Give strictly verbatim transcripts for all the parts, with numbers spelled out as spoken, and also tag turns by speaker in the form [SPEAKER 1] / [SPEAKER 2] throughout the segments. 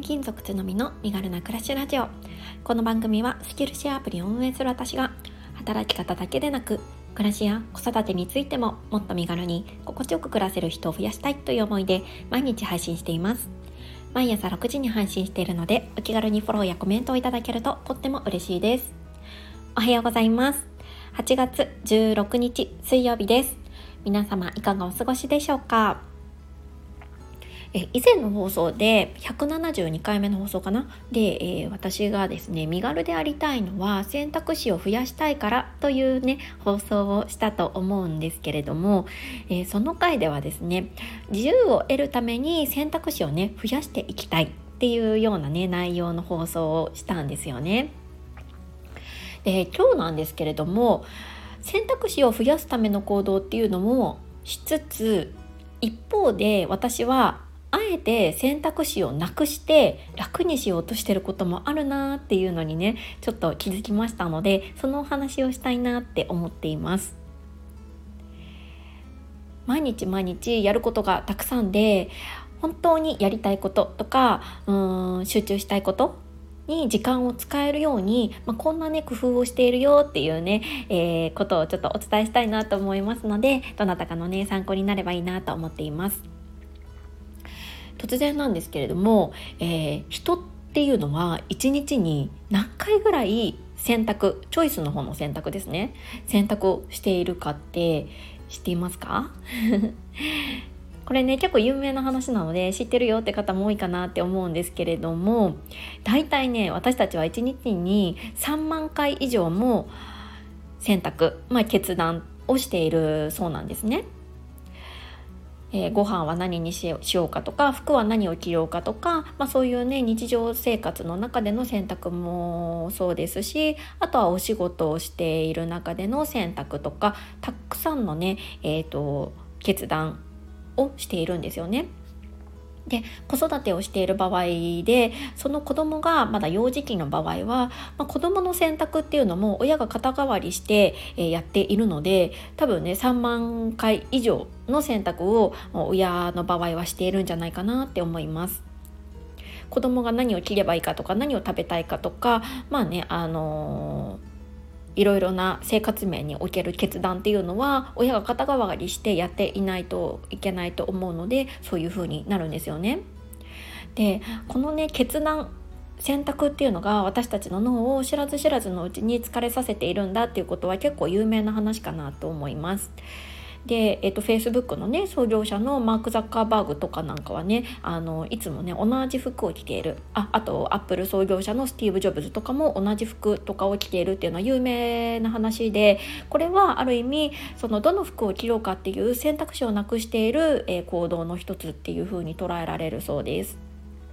[SPEAKER 1] 金属つのみの身軽な暮らしラジオ。この番組はスキルシェアアプリを運営する私が働き方だけでなく暮らしや子育てについてももっと身軽に心地よく暮らせる人を増やしたいという思いで毎日配信しています。毎朝ろくじに配信しているのでお気軽にフォローやコメントをいただけるととっても嬉しいです。おはようございます。はちがつじゅうろくにち水曜日です。皆様いかがお過ごしでしょうか。え以前の放送でひゃくななじゅうにかいめの放送かなで、えー、私がですね身軽でありたいのは選択肢を増やしたいからというね放送をしたと思うんですけれども、えー、その回ではですね自由を得るために選択肢をね増やしていきたいっていうようなね内容の放送をしたんですよね。で今日なんですけれども、選択肢を増やすための行動っていうのもしつつ、一方で私はあえて選択肢をなくして楽にしようとしてることもあるなっていうのにねちょっと気づきましたので、そのお話をしたいなって思っています。毎日毎日やることがたくさんで、本当にやりたいこととかうーん集中したいことに時間を使えるように、まあ、こんなね工夫をしているよっていうね、えー、ことをちょっとお伝えしたいなと思いますので、どなたかのね参考になればいいなと思っています。突然なんですけれども、えー、人っていうのはいちにちに何回ぐらい選択、チョイスの方の選択ですね、選択をしているかって知っていますか？これね結構有名な話なので知ってるよって方も多いかなって思うんですけれども、だいたいね私たちはいちにちにさんまんかい以上も選択、まあ、決断をしているそうなんですね。えー、ご飯は何にしようかとか、服は何を着ようかとか、まあ、そういうね日常生活の中での選択もそうですし、あとはお仕事をしている中での選択とか、たくさんのね、えーと、決断をしているんですよね。で子育てをしている場合で、その子供がまだ幼児期の場合は、まあ、子供の選択っていうのも親が肩代わりして、えー、やっているので、多分ねさんまんかい以上の選択を親の場合はしているんじゃないかなって思います。子供が何を着ればいいかとか、何を食べたいかとか、まあねあのーいろいろな生活面における決断っていうのは親が肩代わりしてやっていないといけないと思うので、そういう風になるんですよね。でこのね決断、選択っていうのが私たちの脳を知らず知らずのうちに疲れさせているんだっていうことは結構有名な話かなと思います。で、えっと、Facebook のね創業者のマーク・ザッカーバーグとかなんかはね、あのいつもね同じ服を着ている、ああとアップル創業者のスティーブ・ジョブズとかも同じ服とかを着ているっていうのは有名な話で、これはある意味そのどの服を着ようかっていう選択肢をなくしている、えー、行動の一つっていう風に捉えられるそうです。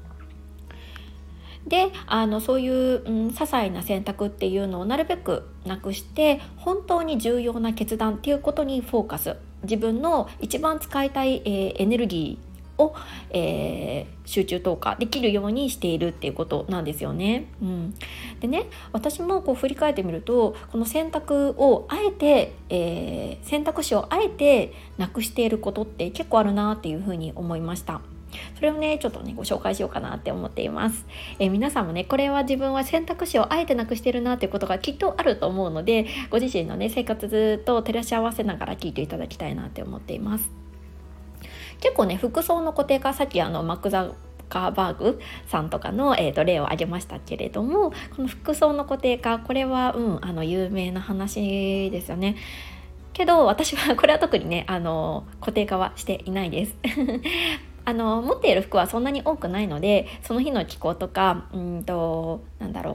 [SPEAKER 1] であのそういう、うん、些細な選択っていうのをなるべくなくして、本当に重要な決断っていうことにフォーカス、自分の一番使いたい、えー、エネルギーを、えー、集中投下できるようにしているっていうことなんですよね。うん、でね私もこう振り返ってみると、この選択をあえて、えー、選択肢をあえてなくしていることって結構あるなっていうふうに思いました。それをねちょっとねご紹介しようかなって思っています。えー、皆さんもねこれは自分は選択肢をあえてなくしてるなっていうことがきっとあると思うので、ご自身のね生活と照らし合わせながら聞いていただきたいなって思っています。結構ね服装の固定化、さっきあのマック・ザッカーバーグさんとかの、えー、と例を挙げましたけれども、この服装の固定化、これは、うん、あの有名な話ですよね。けど私はこれは特にねあの固定化はしていないですあの持っている服はそんなに多くないので、その日の気候とかうんとなんだろう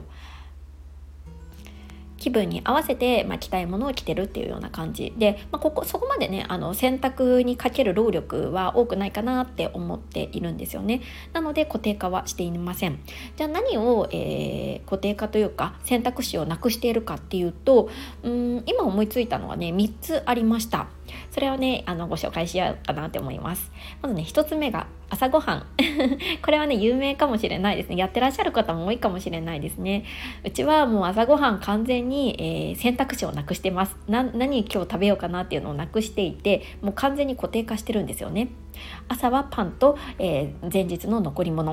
[SPEAKER 1] 気分に合わせて、まあ、着たいものを着てるっていうような感じで、まあ、ここそこまでねあの選択にかける労力は多くないかなって思っているんですよね。なので固定化はしていません。じゃあ何を、えー、固定化というか選択肢をなくしているかっていうと、うーん今思いついたのはねみっつありました。それをねあのご紹介しようかなって思います。まずねひとつめが朝ごはんこれはね有名かもしれないですね。やってらっしゃる方も多いかもしれないですね。うちはもう朝ごはん完全に、えー、選択肢をなくしてます。な何今日食べようかなっていうのをなくしていて、もう完全に固定化してるんですよね。朝はパンと、えー、前日の残り物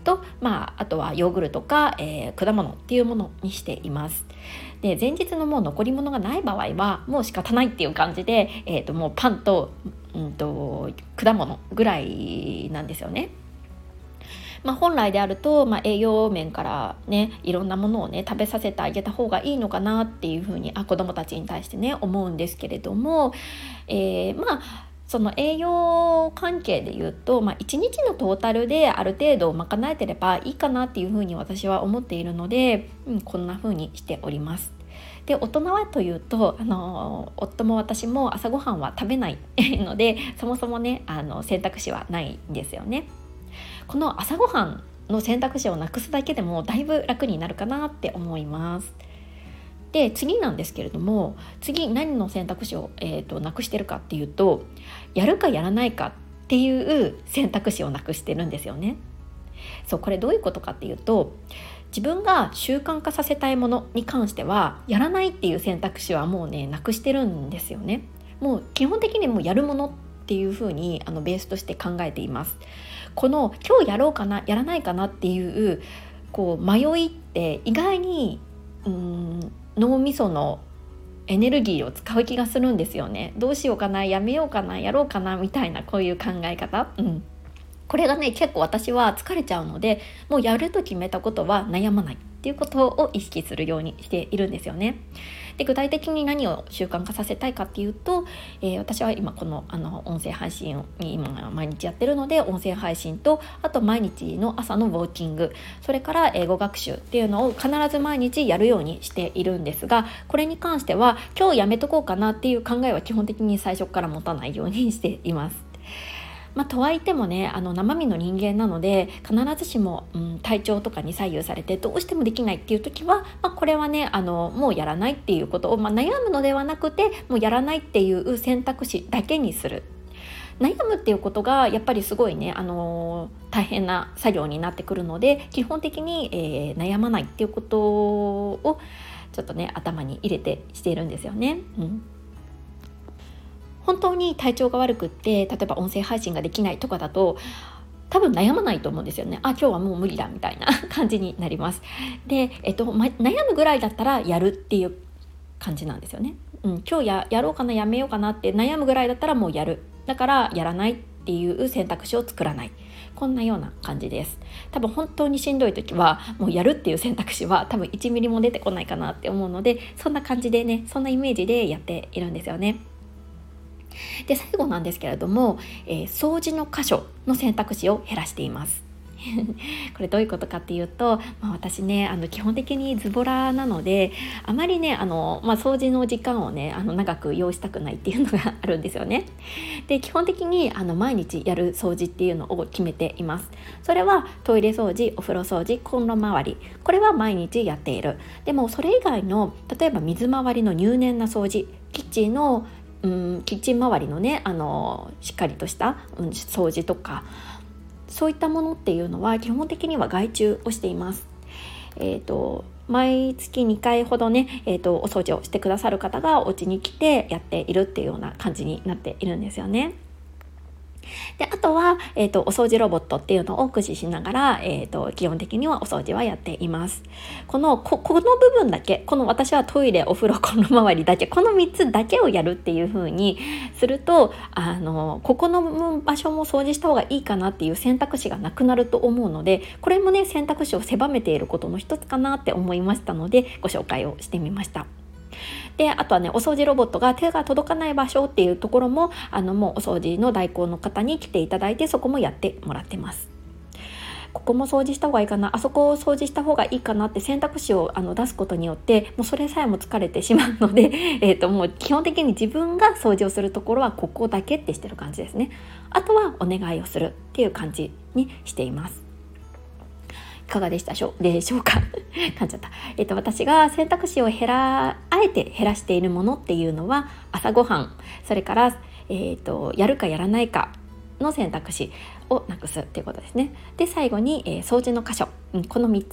[SPEAKER 1] と、まあ、あとはヨーグルトか、えー、果物っていうものにしています。で前日のもう残り物がない場合はもう仕方ないっていう感じで、えー、ともうパンと、うんと果物ぐらいなんですよね。まあ、本来であると、まあ、栄養面からねいろんなものをね食べさせてあげた方がいいのかなっていうふうにあ子どもたちに対してね思うんですけれども、えー、まあその栄養関係で言うと、まあ、いちにちのトータルである程度賄えてればいいかなっていうふうに私は思っているので、うん、こんなふうにしております。で大人はというとあの夫も私も朝ごはんは食べないのでそもそもねあの選択肢はないんですよね。この朝ごはんの選択肢をなくすだけでもだいぶ楽になるかなって思います。で次なんですけれども、次何の選択肢を、えーと、なくしてるかっていうと、やるかやらないかっていう選択肢をなくしてるんですよね。そうこれどういうことかっていうと、自分が習慣化させたいものに関してはやらないっていう選択肢はもうねなくしてるんですよね。もう基本的にもうやるものっていう風にあのベースとして考えています。この今日やろうかなやらないかなっていうこう迷いって意外にうーん脳みそのエネルギーを使う気がするんですよね。どうしようかなやめようかなやろうかなみたいなこういう考え方、うん、これがね結構私は疲れちゃうので、もうやると決めたことは悩まないっていうことを意識するようにしているんですよね。で具体的に何を習慣化させたいかっていうと、えー、私は今この、あの音声配信を今毎日やってるので、音声配信とあと毎日の朝のウォーキング、それから英語学習っていうのを必ず毎日やるようにしているんですが、これに関しては今日やめとこうかなっていう考えは基本的に最初から持たないようにしています。まあ、とはいってもねあの生身の人間なので必ずしも、うん、体調とかに左右されてどうしてもできないっていう時は、まあ、これはねあのもうやらないっていうことを、まあ、悩むのではなくてもうやらないっていう選択肢だけにする。悩むっていうことがやっぱりすごいね、あのー、大変な作業になってくるので、基本的に、えー、悩まないっていうことをちょっとね頭に入れてしているんですよね。うん本当に体調が悪くって例えば音声配信ができないとかだと多分悩まないと思うんですよね。あ今日はもう無理だみたいな感じになります。で、えっとま、悩むぐらいだったらやるっていう感じなんですよね。うん、今日 や, やろうかなやめようかなって悩むぐらいだったらもうやる、だからやらないっていう選択肢を作らない、こんなような感じです。多分本当にしんどい時はもうやるっていう選択肢は多分いちミリも出てこないかなって思うので、そんな感じでねそんなイメージでやっているんですよね。で最後なんですけれども、えー、掃除の箇所の選択肢を減らしていますこれどういうことかっていうと、まあ、私ねあの基本的にズボラなのであまりねあの、まあ、掃除の時間をねあの長く要したくないっていうのがあるんですよね。で基本的にあの毎日やる掃除っていうのを決めています。それはトイレ掃除、お風呂掃除、コンロ周り、これは毎日やっている。でもそれ以外の例えば水回りの入念な掃除、キッチンのうん、キッチン周りのねあのしっかりとした、うん、掃除とかそういったものっていうのは基本的には外注をしています。えーと、毎月にかいほどね、えーと、お掃除をしてくださる方がお家に来てやっているっていうような感じになっているんですよね。であとは、えーと、お掃除ロボットっていうのを駆使しながら、えーと、基本的にはお掃除はやっています。この こ, この部分だけ、この私はトイレ、お風呂、この周りだけ、このみっつだけをやるっていう風にすると、あのここの場所も掃除した方がいいかなっていう選択肢がなくなると思うので、これもね選択肢を狭めていることの一つかなって思いましたのでご紹介をしてみました。であとはねお掃除ロボットが手が届かない場所っていうところもあのもうお掃除の代行の方に来ていただいてそこもやってもらってます。ここも掃除した方がいいかな、あそこを掃除した方がいいかなって選択肢をあの出すことによってもうそれさえも疲れてしまうので、えーと、もう基本的に自分が掃除をするところはここだけってしてる感じですね。あとはお願いをするっていう感じにしています。いかがでしたでしょうか噛んじゃった、えっと、私が選択肢を減らあえて減らしているものっていうのは朝ごはん、それから、えっと、やるかやらないかの選択肢をなくすっていうことですね。で最後に、えー、掃除の箇所、うん、このみっつ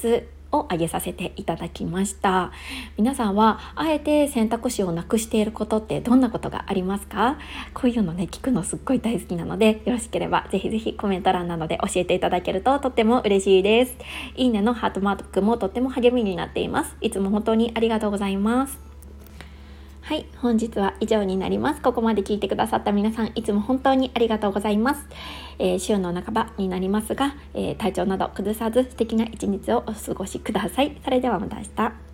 [SPEAKER 1] を挙げさせていただきました。皆さんはあえて選択肢をなくしていることってどんなことがありますか？こういうのね、聞くのすっごい大好きなので、よろしければぜひぜひコメント欄などで教えていただけるととっても嬉しいです。いいねのハートマークもとっても励みになっています。いつも本当にありがとうございます。はい、本日は以上になります。ここまで聞いてくださった皆さん、いつも本当にありがとうございます。えー、週の半ばになりますが、えー、体調など崩さず素敵な一日をお過ごしください。それではまた明日。